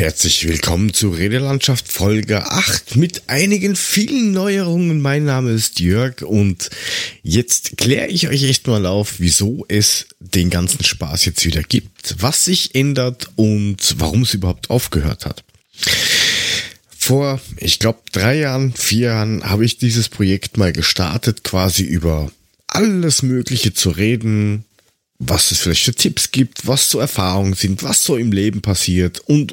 Herzlich willkommen zu Redelandschaft Folge 8 mit einigen vielen Neuerungen. Mein Name ist Jörg und jetzt kläre ich euch echt mal auf, wieso es den ganzen Spaß jetzt wieder gibt, was sich ändert und warum es überhaupt aufgehört hat. Vor, ich glaube, 3 Jahren, 4 Jahren habe ich dieses Projekt mal gestartet, quasi über alles Mögliche zu reden, was es vielleicht für Tipps gibt, was so Erfahrungen sind, was so im Leben passiert und.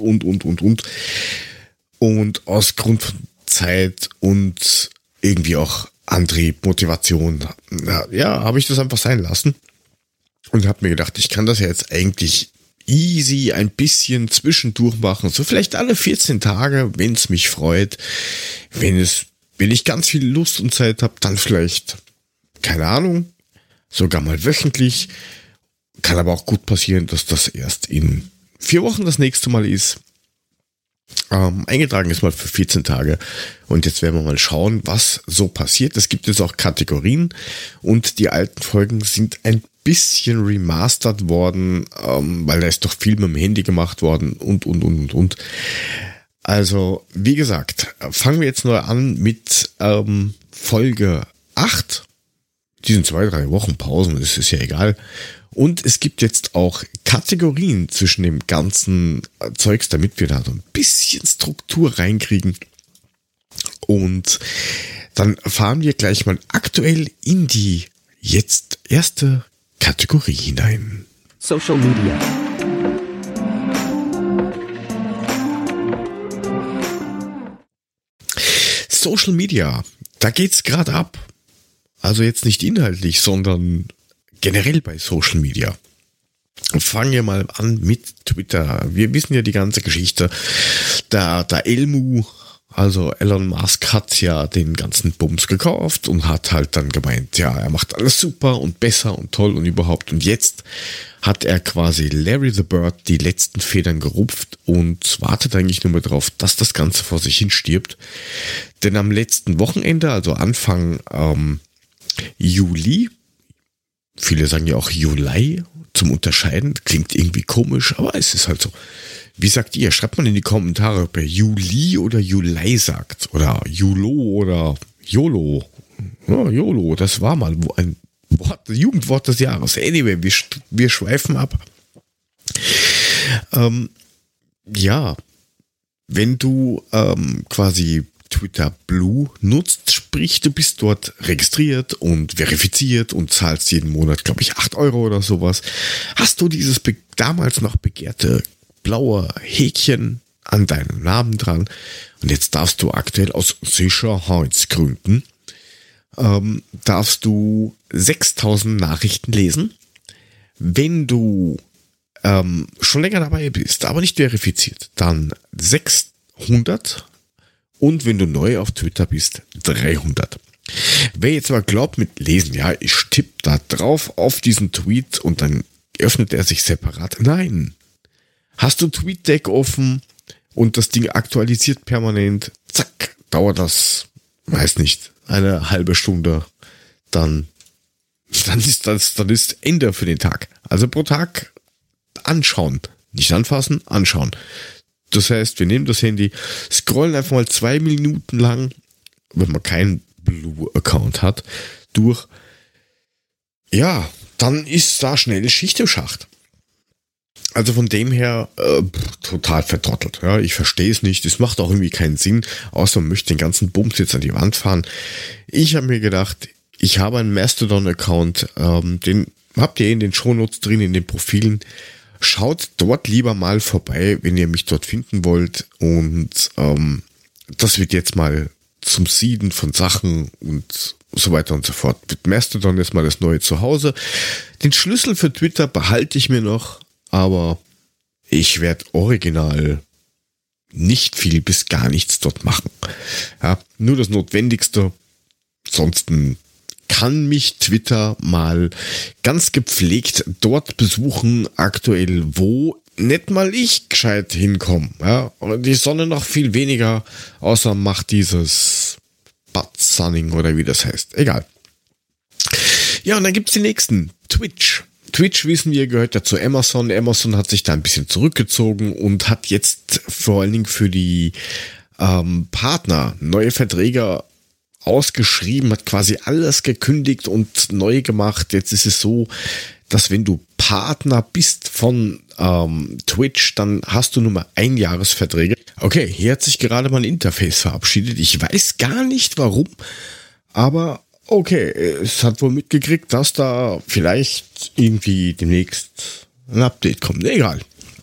Und aus Grund von Zeit und irgendwie auch Antrieb, Motivation, habe ich das einfach sein lassen und habe mir gedacht, ich kann das ja jetzt eigentlich easy ein bisschen zwischendurch machen, so vielleicht alle 14 Tage, wenn es mich freut, wenn ich ganz viel Lust und Zeit habe, dann vielleicht, keine Ahnung, sogar mal wöchentlich. Kann aber auch gut passieren, dass das erst in 4 Wochen das nächste Mal ist. Eingetragen ist mal für 14 Tage. Und jetzt werden wir mal schauen, was so passiert. Es gibt jetzt auch Kategorien und die alten Folgen sind ein bisschen remastert worden, weil da ist doch viel mit dem Handy gemacht worden und. Also, wie gesagt, fangen wir jetzt neu an mit Folge 8. Diesen 2-3 Wochen Pausen, das ist ja egal. Und es gibt jetzt auch Kategorien zwischen dem ganzen Zeugs, damit wir da so ein bisschen Struktur reinkriegen. Und dann fahren wir gleich mal aktuell in die jetzt erste Kategorie hinein. Social Media. Social Media, da geht's gerade ab. Also jetzt nicht inhaltlich, sondern generell bei Social Media. Fangen wir mal an mit Twitter. Wir wissen ja die ganze Geschichte. Der Elmu, also Elon Musk, hat ja den ganzen Bums gekauft und hat halt dann gemeint, ja, er macht alles super und besser und toll und überhaupt. Und jetzt hat er quasi Larry the Bird die letzten Federn gerupft und wartet eigentlich nur mehr drauf, dass das Ganze vor sich hin stirbt. Denn am letzten Wochenende, also Anfang Juli, viele sagen ja auch Juli zum Unterscheiden, klingt irgendwie komisch, aber es ist halt so. Wie sagt ihr? Schreibt mal in die Kommentare, ob ihr Juli oder Juli sagt oder Julo oder YOLO. Ja, YOLO, das war mal ein Wort, Jugendwort des Jahres. Anyway, wir schweifen ab. Wenn du quasi Twitter Blue nutzt, sprich, du bist dort registriert und verifiziert und zahlst jeden Monat, glaube ich, 8 Euro oder sowas, hast du dieses damals noch begehrte blaue Häkchen an deinem Namen dran und jetzt darfst du aktuell aus Sicherheitsgründen darfst du 6000 Nachrichten lesen. Wenn du schon länger dabei bist, aber nicht verifiziert, dann 600. Und wenn du neu auf Twitter bist, 300. Wer jetzt aber glaubt mit Lesen, ja, ich tippe da drauf auf diesen Tweet und dann öffnet er sich separat. Nein. Hast du TweetDeck offen und das Ding aktualisiert permanent, zack, dauert das, weiß nicht, eine halbe Stunde, dann ist Ende für den Tag. Also pro Tag anschauen. Nicht anfassen, anschauen. Das heißt, wir nehmen das Handy, scrollen einfach mal 2 Minuten lang, wenn man keinen Blue-Account hat, durch. Ja, dann ist da schnell Schicht im Schacht. Also von dem her total vertrottelt. Ja, ich verstehe es nicht. Es macht auch irgendwie keinen Sinn, außer man möchte den ganzen Bums jetzt an die Wand fahren. Ich habe mir gedacht, ich habe einen Mastodon-Account, den habt ihr in den Shownotes drin, in den Profilen. Schaut dort lieber mal vorbei, wenn ihr mich dort finden wollt. Und das wird jetzt mal zum Seeden von Sachen und so weiter und so fort. Mit Mastodon ist mal das neue Zuhause. Den Schlüssel für Twitter behalte ich mir noch, aber ich werde original nicht viel bis gar nichts dort machen. Ja, nur das Notwendigste. Ansonsten kann mich Twitter mal ganz gepflegt dort besuchen, aktuell, wo nicht mal ich gescheit hinkomme. Ja? Und die Sonne noch viel weniger, außer macht dieses Butt-Sunning oder wie das heißt. Egal. Ja, und dann gibt's die nächsten. Twitch. Twitch, wissen wir, gehört ja zu Amazon. Amazon hat sich da ein bisschen zurückgezogen und hat jetzt vor allen Dingen für die Partner neue Verträge ausgeschrieben, hat quasi alles gekündigt und neu gemacht. Jetzt ist es so, dass wenn du Partner bist von Twitch, dann hast du nur mal Einjahresverträge. Okay, hier hat sich gerade mal ein Interface verabschiedet. Ich weiß gar nicht warum, aber okay, es hat wohl mitgekriegt, dass da vielleicht irgendwie demnächst ein Update kommt. Egal.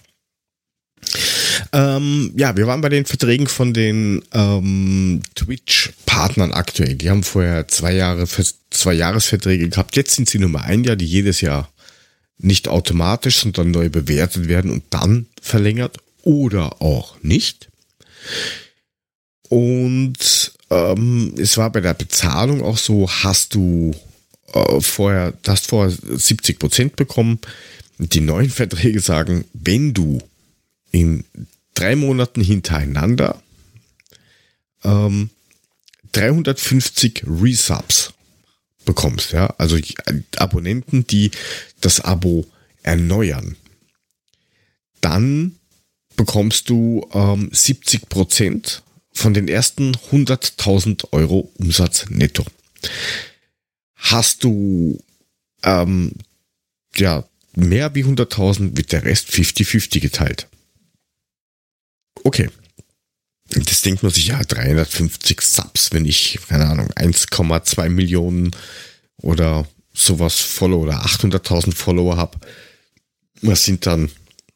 Ja, wir waren bei den Verträgen von den Twitch-Partnern aktuell. Die haben vorher 2 Jahresverträge gehabt. Jetzt sind sie nur mal ein Jahr, die jedes Jahr nicht automatisch, sondern neu bewertet werden und dann verlängert oder auch nicht. Und es war bei der Bezahlung auch so, hast du vorher 70% bekommen. Die neuen Verträge sagen, wenn du in 3 Monaten hintereinander 350 Resubs bekommst, ja, also Abonnenten, die das Abo erneuern, dann bekommst du 70% von den ersten 100.000 Euro Umsatz netto. Hast du mehr wie 100.000, wird der Rest 50-50 geteilt. Okay. Das denkt man sich, ja, 350 Subs, wenn ich, keine Ahnung, 1,2 Millionen oder sowas Follower oder 800.000 Follower habe. Was sind dann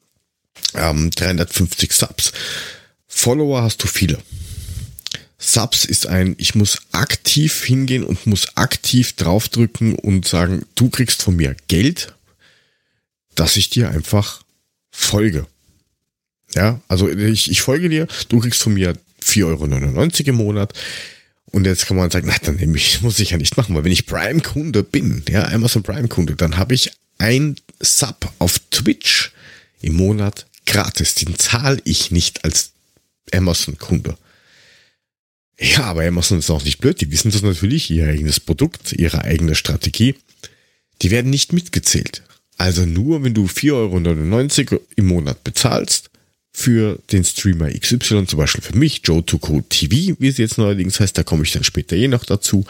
350 Subs? Follower hast du viele. Subs ist ich muss aktiv hingehen und muss aktiv draufdrücken und sagen, du kriegst von mir Geld, dass ich dir einfach folge. Ja, also ich folge dir, du kriegst von mir 4,99 € im Monat und jetzt kann man sagen, na, dann muss ich ja nicht machen, weil wenn ich Prime-Kunde bin, ja, Amazon Prime-Kunde, dann habe ich ein Sub auf Twitch im Monat gratis, den zahle ich nicht als Amazon-Kunde. Ja, aber Amazon ist auch nicht blöd, die wissen das natürlich, ihr eigenes Produkt, ihre eigene Strategie, die werden nicht mitgezählt. Also nur, wenn du 4,99 € im Monat bezahlst, für den Streamer XY, zum Beispiel für mich, Joe2Co TV, wie es jetzt neuerdings heißt, da komme ich dann später noch dazu,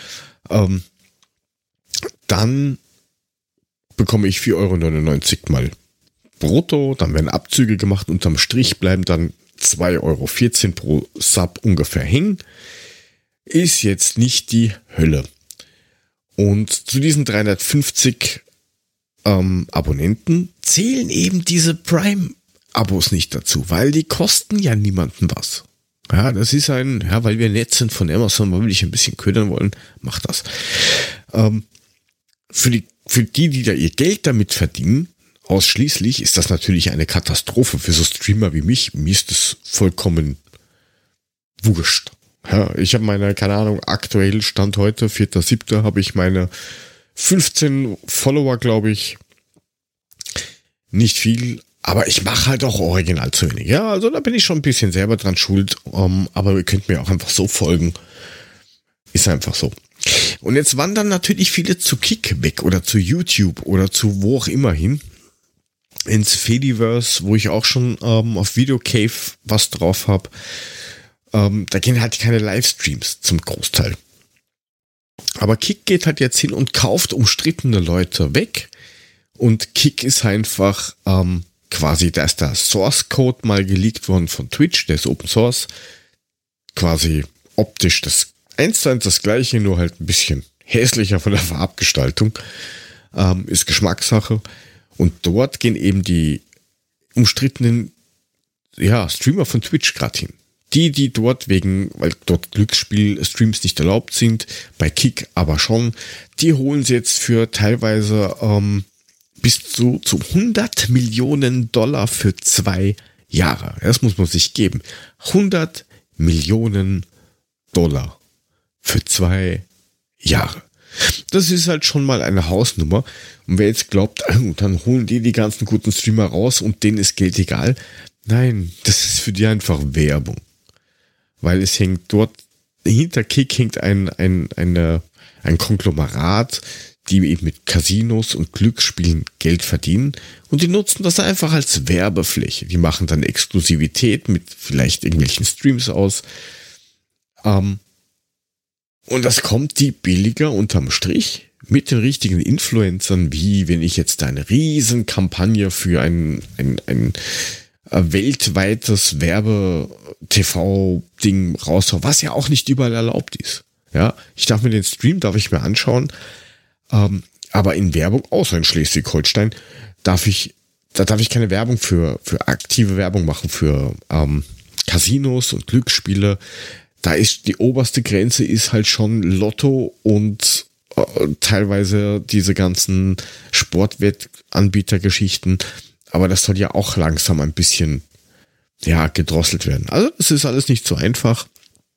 dann bekomme ich 4,99 € mal brutto, dann werden Abzüge gemacht, unterm Strich bleiben dann 2,14 € pro Sub ungefähr hängen. Ist jetzt nicht die Hölle. Und zu diesen 350 Abonnenten zählen eben diese Prime-Abos nicht dazu, weil die kosten ja niemanden was. Ja, das ist weil wir nett sind von Amazon, weil wir dich ein bisschen ködern wollen, macht das. Für die da ihr Geld damit verdienen, ausschließlich, ist das natürlich eine Katastrophe für so Streamer wie mich. Mir ist das vollkommen wurscht. Ja, ich habe meine, keine Ahnung, aktuell Stand heute, 4.7., habe ich meine 15 Follower, glaube ich. Nicht viel, aber ich mache halt auch original zu wenig. Ja, also da bin ich schon ein bisschen selber dran schuld, aber ihr könnt mir auch einfach so folgen. Ist einfach so. Und jetzt wandern natürlich viele zu Kick weg oder zu YouTube oder zu wo auch immer hin. Ins Fediverse, wo ich auch schon auf Videocave was drauf habe. Da gehen halt keine Livestreams zum Großteil. Aber Kick geht halt jetzt hin und kauft umstrittene Leute weg. Und Kick ist einfach quasi, da ist der Source Code mal geleakt worden von Twitch, der ist Open Source. Quasi optisch das 1:1 das gleiche, nur halt ein bisschen hässlicher von der Farbgestaltung. Ist Geschmackssache. Und dort gehen eben die umstrittenen Streamer von Twitch gerade hin. Die dort weil dort Glücksspiel-Streams nicht erlaubt sind, bei Kick aber schon, die holen sie jetzt für teilweise bis zu 100 Millionen $ für 2 Jahre. Das muss man sich geben. 100 Millionen $ für 2 Jahre. Das ist halt schon mal eine Hausnummer. Und wer jetzt glaubt, dann holen die ganzen guten Streamer raus und denen ist Geld egal. Nein, das ist für die einfach Werbung. Weil es hängt dort hinter Kick hängt ein Konglomerat, die eben mit Casinos und Glücksspielen Geld verdienen und die nutzen das einfach als Werbefläche. Die machen dann Exklusivität mit vielleicht irgendwelchen Streams aus. Und das kommt die billiger unterm Strich mit den richtigen Influencern, wie wenn ich jetzt eine riesen Kampagne für ein weltweites Werbe-TV-Ding raushaue, was ja auch nicht überall erlaubt ist. Ja, ich darf mir den Stream mir anschauen, aber in Werbung, außer in Schleswig-Holstein, darf ich keine Werbung für aktive Werbung machen für Casinos und Glücksspiele. Da ist die oberste Grenze ist halt schon Lotto und teilweise diese ganzen Sportwettanbietergeschichten. Aber das soll ja auch langsam ein bisschen gedrosselt werden. Also es ist alles nicht so einfach.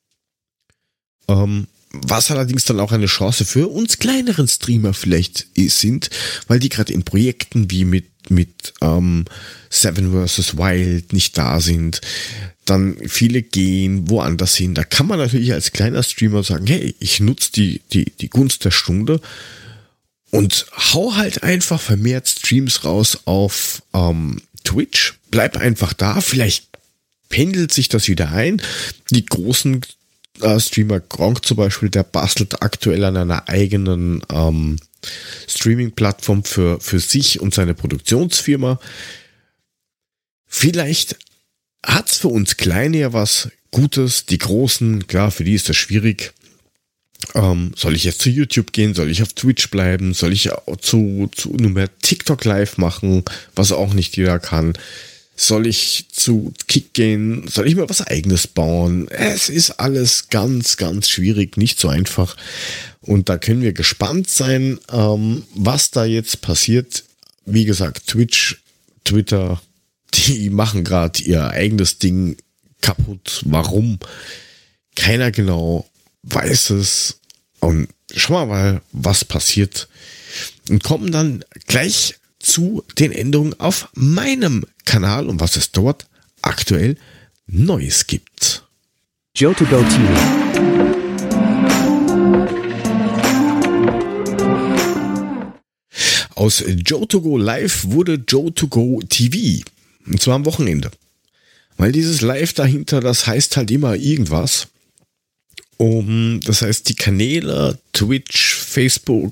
Was allerdings dann auch eine Chance für uns kleineren Streamer vielleicht sind, weil die gerade in Projekten wie mit Seven vs. Wild nicht da sind, dann viele gehen woanders hin. Da kann man natürlich als kleiner Streamer sagen, hey, ich nutze die Gunst der Stunde und hau halt einfach vermehrt Streams raus auf Twitch. Bleib einfach da, vielleicht pendelt sich das wieder ein. Die großen Streamer Gronk zum Beispiel, der bastelt aktuell an einer eigenen Streaming-Plattform für sich und seine Produktionsfirma. Vielleicht hat's für uns Kleine ja was Gutes. Die Großen, klar, für die ist das schwierig. Soll ich jetzt zu YouTube gehen? Soll ich auf Twitch bleiben? Soll ich zu nur mehr TikTok live machen, was auch nicht jeder kann? Soll ich zu Kick gehen? Soll ich mal was Eigenes bauen? Es ist alles ganz, ganz schwierig, nicht so einfach. Und da können wir gespannt sein, was da jetzt passiert. Wie gesagt, Twitch, Twitter, die machen gerade ihr eigenes Ding kaputt. Warum? Keiner genau weiß es. Und schauen wir mal, was passiert. Und kommen dann gleich zu den Änderungen auf meinem Kanal und was es dort aktuell Neues gibt. Joe2Go TV. Aus Joe2Go Live wurde Joe2Go TV. Und zwar am Wochenende. Weil dieses Live dahinter, das heißt halt immer irgendwas. Das heißt, die Kanäle Twitch, Facebook,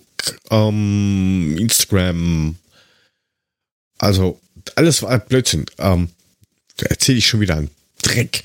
Instagram, also alles war Blödsinn. Da erzähle ich schon wieder einen Dreck.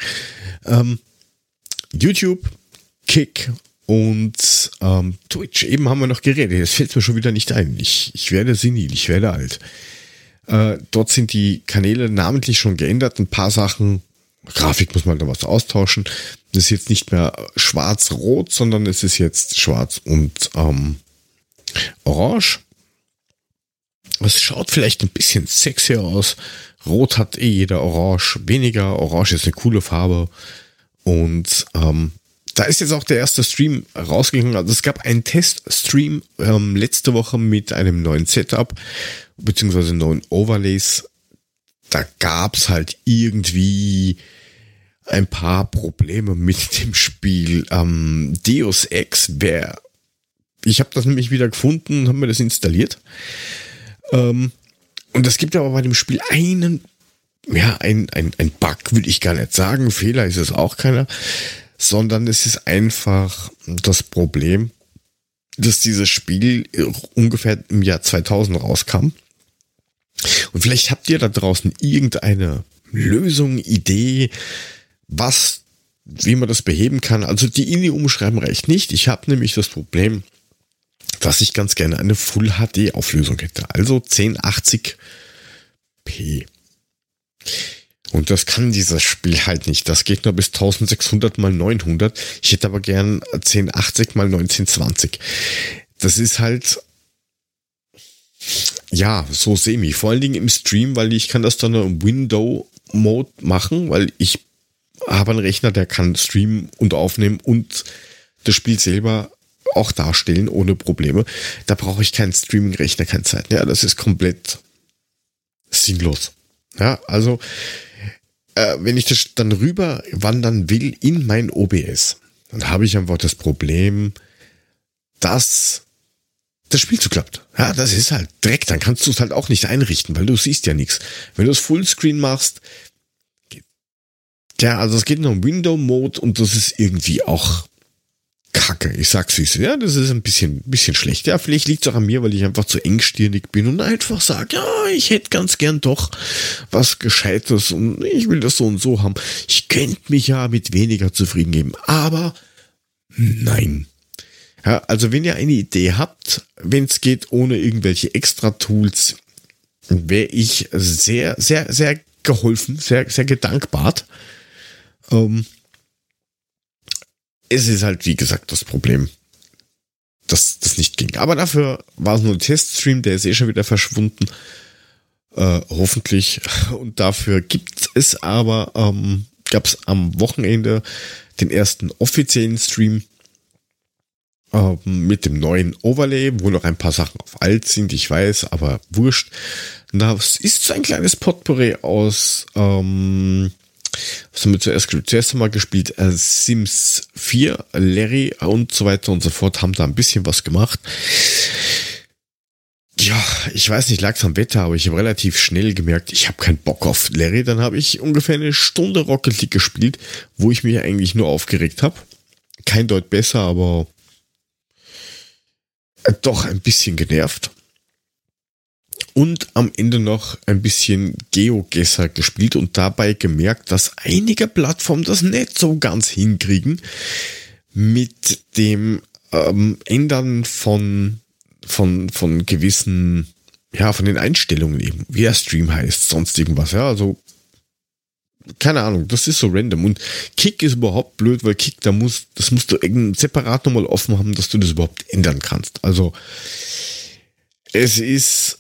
YouTube, Kick und Twitch. Eben haben wir noch geredet. Jetzt fällt mir schon wieder nicht ein. Ich werde senil, ich werde alt. Dort sind die Kanäle namentlich schon geändert. Ein paar Sachen, Grafik muss man da was austauschen. Das ist jetzt nicht mehr schwarz-rot, sondern es ist jetzt schwarz und orange. Es schaut vielleicht ein bisschen sexier aus. Rot hat jeder, orange weniger. Orange ist eine coole Farbe. Und da ist jetzt auch der erste Stream rausgegangen. Also es gab einen Teststream letzte Woche mit einem neuen Setup beziehungsweise neuen Overlays. Da gab es halt irgendwie ein paar Probleme mit dem Spiel. Deus Ex, ich habe das nämlich wieder gefunden und habe mir das installiert. Und es gibt aber bei dem Spiel ein Bug, will ich gar nicht sagen. Fehler ist es auch keiner. Sondern es ist einfach das Problem, dass dieses Spiel ungefähr im Jahr 2000 rauskam. Und vielleicht habt ihr da draußen irgendeine Lösung, Idee, wie man das beheben kann. Also die INI umschreiben reicht nicht. Ich habe nämlich das Problem, dass ich ganz gerne eine Full HD Auflösung hätte. Also 1080p. Und das kann dieses Spiel halt nicht. Das geht nur bis 1600 x 900. Ich hätte aber gern 1080 x 1920. Das ist halt, ja, so semi. Vor allen Dingen im Stream, weil ich kann das dann nur im Window-Mode machen, weil ich habe einen Rechner, der kann streamen und aufnehmen und das Spiel selber auch darstellen ohne Probleme. Da brauche ich keinen Streaming-Rechner, keine Zeit. Ja, das ist komplett sinnlos. Ja, also wenn ich das dann rüber wandern will in mein OBS, dann habe ich einfach das Problem, dass das Spiel zuklappt. Ja, das ist halt Dreck. Dann kannst du es halt auch nicht einrichten, weil du siehst ja nichts. Wenn du es Fullscreen machst, ja, also es geht nur um Window-Mode und das ist irgendwie auch Kacke. Ich sag's wie es ist. Ja, das ist ein bisschen schlecht. Ja, vielleicht liegt es auch an mir, weil ich einfach zu engstirnig bin und einfach sage, ja, ich hätte ganz gern doch was Gescheites und ich will das so und so haben. Ich könnte mich ja mit weniger zufrieden geben, aber nein. Ja, also wenn ihr eine Idee habt, wenn es geht ohne irgendwelche Extra-Tools, wäre ich sehr, sehr, sehr geholfen, sehr, sehr gedankbart. Es ist halt, wie gesagt, das Problem, dass das nicht ging. Aber dafür war es nur ein Teststream, der ist schon wieder verschwunden. Hoffentlich. Und dafür gab es am Wochenende den ersten offiziellen Stream mit dem neuen Overlay, wo noch ein paar Sachen auf alt sind, ich weiß, aber wurscht. Das ist so ein kleines Potpourri aus was haben wir zuerst einmal gespielt? Sims 4, Larry und so weiter und so fort, haben da ein bisschen was gemacht. Ja, ich weiß nicht, lag es am Wetter, aber ich habe relativ schnell gemerkt, ich habe keinen Bock auf Larry. Dann habe ich ungefähr eine Stunde Rocket League gespielt, wo ich mich eigentlich nur aufgeregt habe. Kein Deut besser, aber doch ein bisschen genervt. Und am Ende noch ein bisschen GeoGuessr gespielt und dabei gemerkt, dass einige Plattformen das nicht so ganz hinkriegen mit dem Ändern von gewissen, ja, von den Einstellungen eben, wie der Stream heißt, sonst irgendwas, ja, also keine Ahnung, das ist so random. Und Kick ist überhaupt blöd, weil Kick, das musst du separat nochmal offen haben, dass du das überhaupt ändern kannst. Also es ist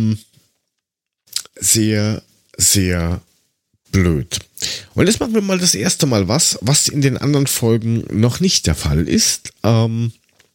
sehr, sehr blöd. Und jetzt machen wir mal das erste Mal was in den anderen Folgen noch nicht der Fall ist. Und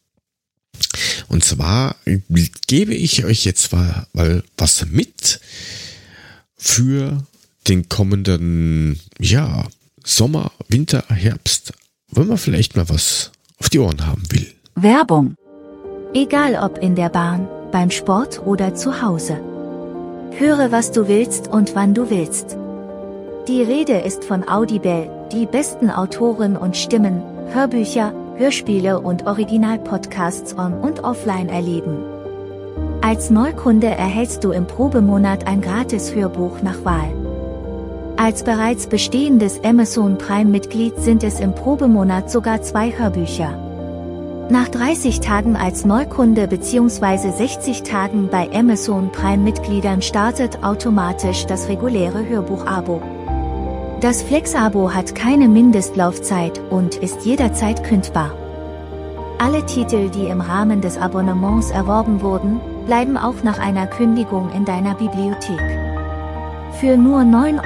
zwar gebe ich euch jetzt mal was mit für den kommenden, ja, Sommer, Winter, Herbst, wenn man vielleicht mal was auf die Ohren haben will. Werbung. Egal ob in der Bahn, beim Sport oder zu Hause. Höre, was du willst und wann du willst. Die Rede ist von Audible, die besten Autoren und Stimmen, Hörbücher, Hörspiele und Original-Podcasts on- und offline erleben. Als Neukunde erhältst du im Probemonat ein Gratis-Hörbuch nach Wahl. Als bereits bestehendes Amazon Prime-Mitglied sind es im Probemonat sogar 2 Hörbücher. Nach 30 Tagen als Neukunde bzw. 60 Tagen bei Amazon Prime-Mitgliedern startet automatisch das reguläre Hörbuch-Abo. Das Flex-Abo hat keine Mindestlaufzeit und ist jederzeit kündbar. Alle Titel, die im Rahmen des Abonnements erworben wurden, bleiben auch nach einer Kündigung in deiner Bibliothek. Für nur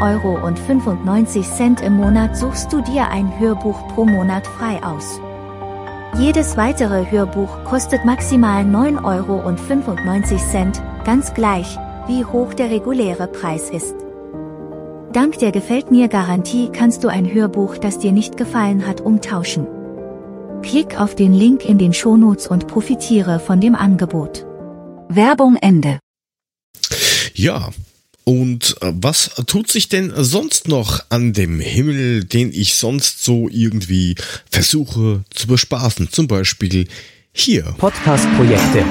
9,95 € im Monat suchst du dir ein Hörbuch pro Monat frei aus. Jedes weitere Hörbuch kostet maximal 9,95 €, ganz gleich, wie hoch der reguläre Preis ist. Dank der Gefällt-mir-Garantie kannst du ein Hörbuch, das dir nicht gefallen hat, umtauschen. Klick auf den Link in den Shownotes und profitiere von dem Angebot. Werbung Ende. Ja, und was tut sich denn sonst noch an dem Himmel, den ich sonst so irgendwie versuche zu bespaßen? Zum Beispiel hier. Podcast-Projekte.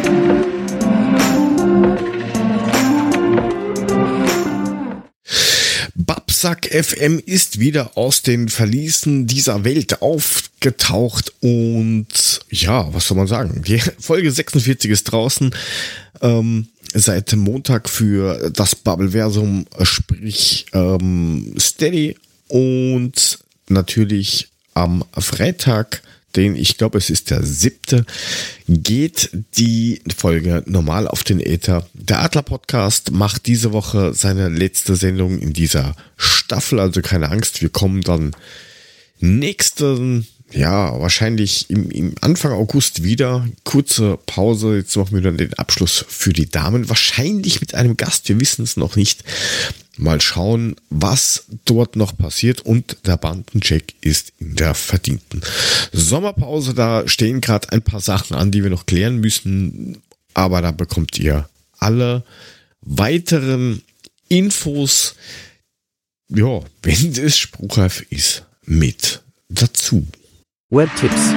Babsack FM ist wieder aus den Verließen dieser Welt aufgetaucht und ja, was soll man sagen? Die Folge 46 ist draußen. Seit Montag für das Bubbleversum, sprich Steady, und natürlich am Freitag, ich glaube es ist der 7., geht die Folge normal auf den Äther. Der Adler Podcast macht diese Woche seine letzte Sendung in dieser Staffel, also keine Angst, wir kommen dann wahrscheinlich im Anfang August wieder. Kurze Pause, jetzt machen wir dann den Abschluss für die Damen. Wahrscheinlich mit einem Gast, wir wissen es noch nicht. mal schauen, was dort noch passiert, und der Bandencheck ist in der verdienten Sommerpause. Da stehen gerade ein paar Sachen an, die wir noch klären müssen, aber da bekommt ihr alle weiteren Infos, ja, wenn es spruchreif ist, mit dazu. Webtipps.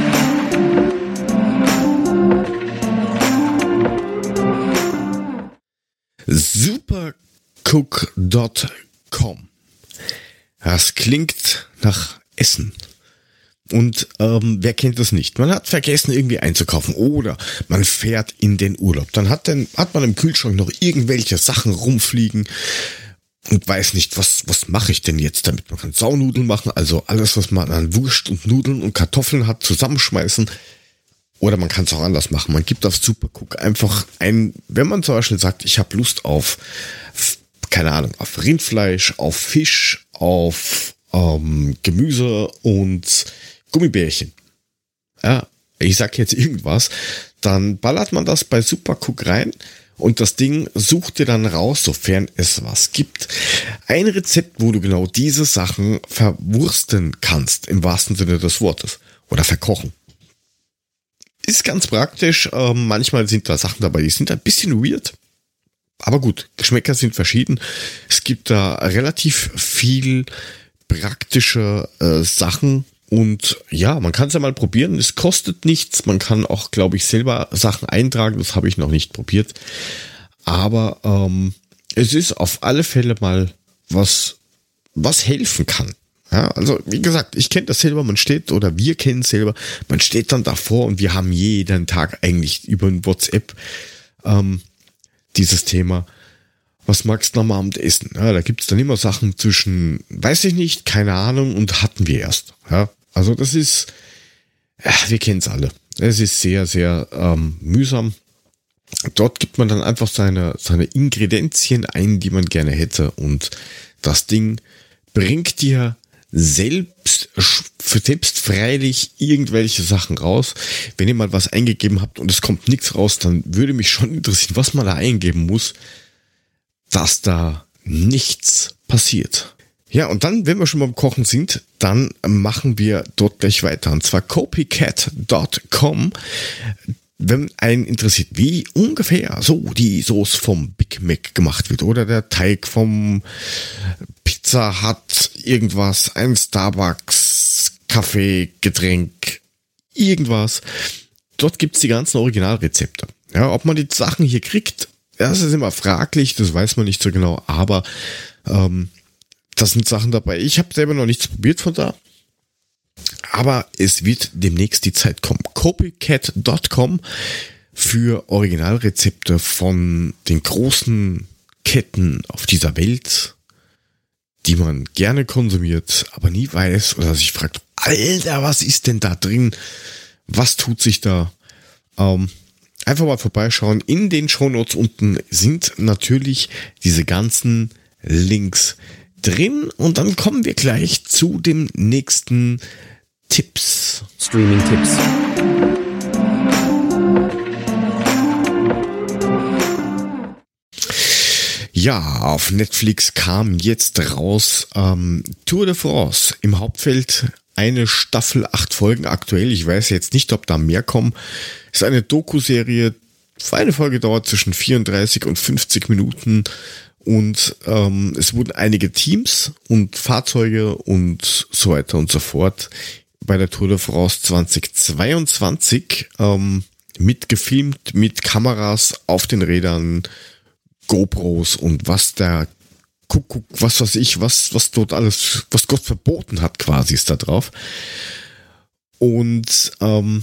Supercook.com. Das klingt nach Essen. Und wer kennt das nicht? Man hat vergessen, irgendwie einzukaufen, oder man fährt in den Urlaub. Dann hat man im Kühlschrank noch irgendwelche Sachen rumfliegen und weiß nicht, was mache ich denn jetzt damit? Man kann Saunudeln machen, also alles, was man an Wurst und Nudeln und Kartoffeln hat, zusammenschmeißen. Oder man kann es auch anders machen. Man gibt auf Supercook einfach ein, wenn man zum Beispiel sagt, ich habe Lust auf, keine Ahnung, auf Rindfleisch, auf Fisch, auf Gemüse und Gummibärchen. Ja, ich sag jetzt irgendwas. Dann ballert man das bei Supercook rein und das Ding sucht dir dann raus, sofern es was gibt, ein Rezept, wo du genau diese Sachen verwursten kannst, im wahrsten Sinne des Wortes. Oder verkochen. Ist ganz praktisch. Manchmal sind da Sachen dabei, die sind ein bisschen weird. Aber gut, Geschmäcker sind verschieden. Es gibt da relativ viel praktische Sachen. Und ja, man kann es ja mal probieren. Es kostet nichts. Man kann auch, glaube ich, selber Sachen eintragen. Das habe ich noch nicht probiert. Aber es ist auf alle Fälle mal was helfen kann. Ja, also wie gesagt, ich kenne das selber, wir kennen es selber, man steht dann davor und wir haben jeden Tag eigentlich über ein WhatsApp dieses Thema, was magst du am Abend essen? Ja, da gibt es dann immer Sachen zwischen, weiß ich nicht, keine Ahnung, und hatten wir erst. Ja, also das ist, ja, wir kennen es alle. Es ist sehr, sehr mühsam. Dort gibt man dann einfach seine Ingredienzien ein, die man gerne hätte, und das Ding bringt dir selbst freilich irgendwelche Sachen raus. Wenn ihr mal was eingegeben habt und es kommt nichts raus, dann würde mich schon interessieren, was man da eingeben muss, dass da nichts passiert. Ja, und dann, wenn wir schon beim Kochen sind, dann machen wir dort gleich weiter. Und zwar copycat.com. Wenn einen interessiert, wie ungefähr so die Sauce vom Big Mac gemacht wird oder der Teig vom Pizza hat irgendwas, ein Starbucks, Kaffee, Getränk, irgendwas. Dort gibt's die ganzen Originalrezepte. Ja, ob man die Sachen hier kriegt, das ist immer fraglich, das weiß man nicht so genau, aber das sind Sachen dabei. Ich habe selber noch nichts probiert von da. Aber es wird demnächst die Zeit kommen. Copycat.com für Originalrezepte von den großen Ketten auf dieser Welt, die man gerne konsumiert, aber nie weiß oder sich fragt, Alter, was ist denn da drin? Was tut sich da? Einfach mal vorbeischauen. In den Shownotes unten sind natürlich diese ganzen Links drin, und dann kommen wir gleich zu dem nächsten Tipps. Streaming-Tipps. Ja, auf Netflix kam jetzt raus Tour de France im Hauptfeld. Eine Staffel, 8 Folgen aktuell. Ich weiß jetzt nicht, ob da mehr kommen. Ist eine Doku-Serie. Eine Folge dauert zwischen 34 und 50 Minuten. Und es wurden einige Teams und Fahrzeuge und so weiter und so fort bei der Tour de France 2022 mitgefilmt, mit Kameras auf den Rädern, GoPros und was der Kuckuck, was weiß ich, was dort alles, was Gott verboten hat quasi, ist da drauf. Und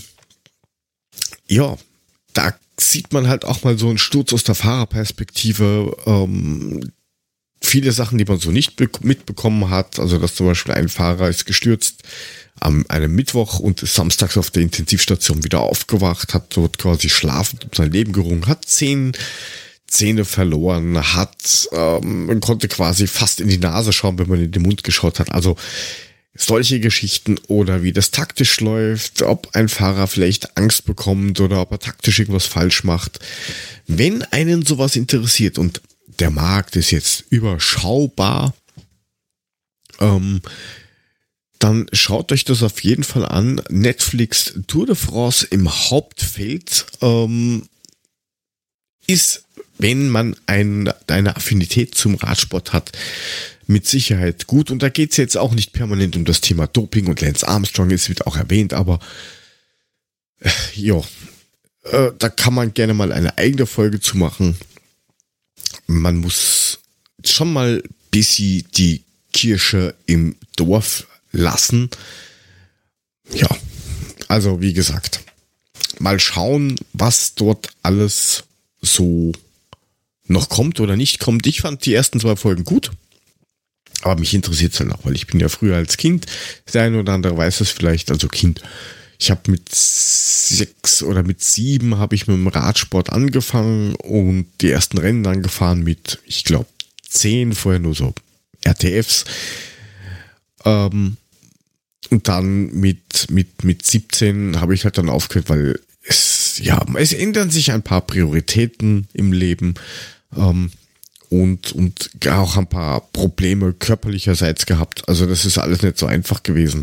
ja, da sieht man halt auch mal so einen Sturz aus der Fahrerperspektive, viele Sachen, die man so nicht mitbekommen hat, also dass zum Beispiel ein Fahrer ist gestürzt am einem Mittwoch und ist samstags auf der Intensivstation wieder aufgewacht, hat dort quasi schlafend um sein Leben gerungen, hat 10 Zähne verloren, man konnte quasi fast in die Nase schauen, wenn man in den Mund geschaut hat, also solche Geschichten, oder wie das taktisch läuft, ob ein Fahrer vielleicht Angst bekommt oder ob er taktisch irgendwas falsch macht. Wenn einen sowas interessiert, und der Markt ist jetzt überschaubar, dann schaut euch das auf jeden Fall an. Netflix Tour de France im Hauptfeld ist, wenn man eine Affinität zum Radsport hat, mit Sicherheit gut. Und da geht es jetzt auch nicht permanent um das Thema Doping und Lance Armstrong, es wird auch erwähnt, aber da kann man gerne mal eine eigene Folge zu machen. Man muss schon mal ein bisschen die Kirche im Dorf lassen. Ja, also wie gesagt, mal schauen, was dort alles so noch kommt oder nicht kommt. Ich fand die ersten 2 Folgen gut, aber mich interessiert es halt auch, weil ich bin ja früher als Kind, der eine oder andere weiß das vielleicht, also Kind, ich habe mit 6 oder mit 7 habe ich mit dem Radsport angefangen und die ersten Rennen angefahren mit, ich glaube, 10, vorher nur so RTFs. Und dann mit 17 habe ich halt dann aufgehört, weil es ändern sich ein paar Prioritäten im Leben und auch ein paar Probleme körperlicherseits gehabt. Also das ist alles nicht so einfach gewesen.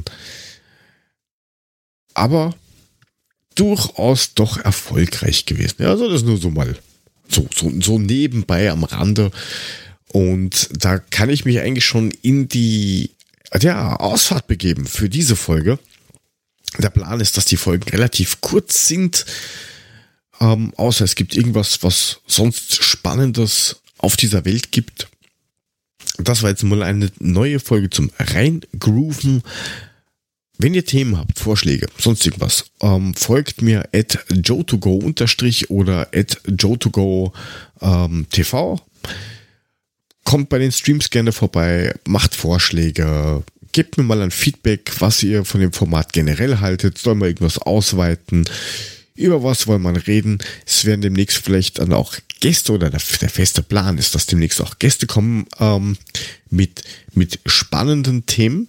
Aber durchaus doch erfolgreich gewesen. Ja, also das nur so mal so nebenbei am Rande. Und da kann ich mich eigentlich schon in die Ausfahrt begeben für diese Folge. Der Plan ist, dass die Folgen relativ kurz sind, außer es gibt irgendwas, was sonst Spannendes auf dieser Welt gibt. Das war jetzt mal eine neue Folge zum Reingrooven. Wenn ihr Themen habt, Vorschläge, sonst irgendwas, folgt mir @joe2go_ oder @joe2go TV. Kommt bei den Streams gerne vorbei, macht Vorschläge, gebt mir mal ein Feedback, was ihr von dem Format generell haltet. Soll man irgendwas ausweiten? Über was wollen wir reden? Es werden demnächst vielleicht dann auch Gäste, oder der feste Plan ist, dass demnächst auch Gäste kommen mit spannenden Themen.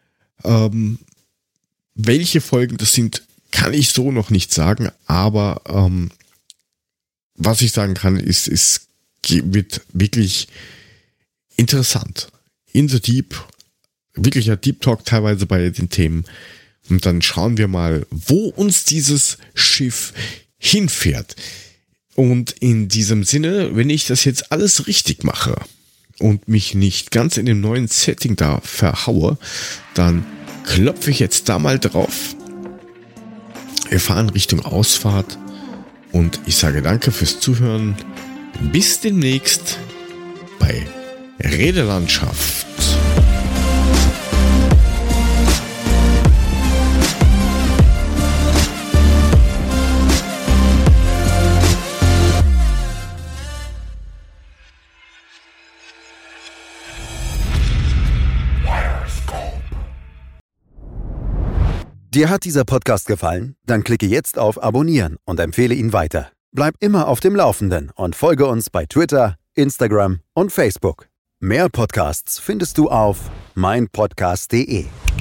Welche Folgen das sind, kann ich so noch nicht sagen, aber was ich sagen kann, ist, es wird wirklich interessant. In the Deep, wirklicher Deep Talk teilweise bei den Themen. Und dann schauen wir mal, wo uns dieses Schiff hinfährt. Und in diesem Sinne, wenn ich das jetzt alles richtig mache und mich nicht ganz in dem neuen Setting da verhaue, dann klopfe ich jetzt da mal drauf. Wir fahren Richtung Ausfahrt und ich sage danke fürs Zuhören. Bis demnächst bei Redelandschaft. Dir hat dieser Podcast gefallen? Dann klicke jetzt auf Abonnieren und empfehle ihn weiter. Bleib immer auf dem Laufenden und folge uns bei Twitter, Instagram und Facebook. Mehr Podcasts findest du auf meinpodcast.de.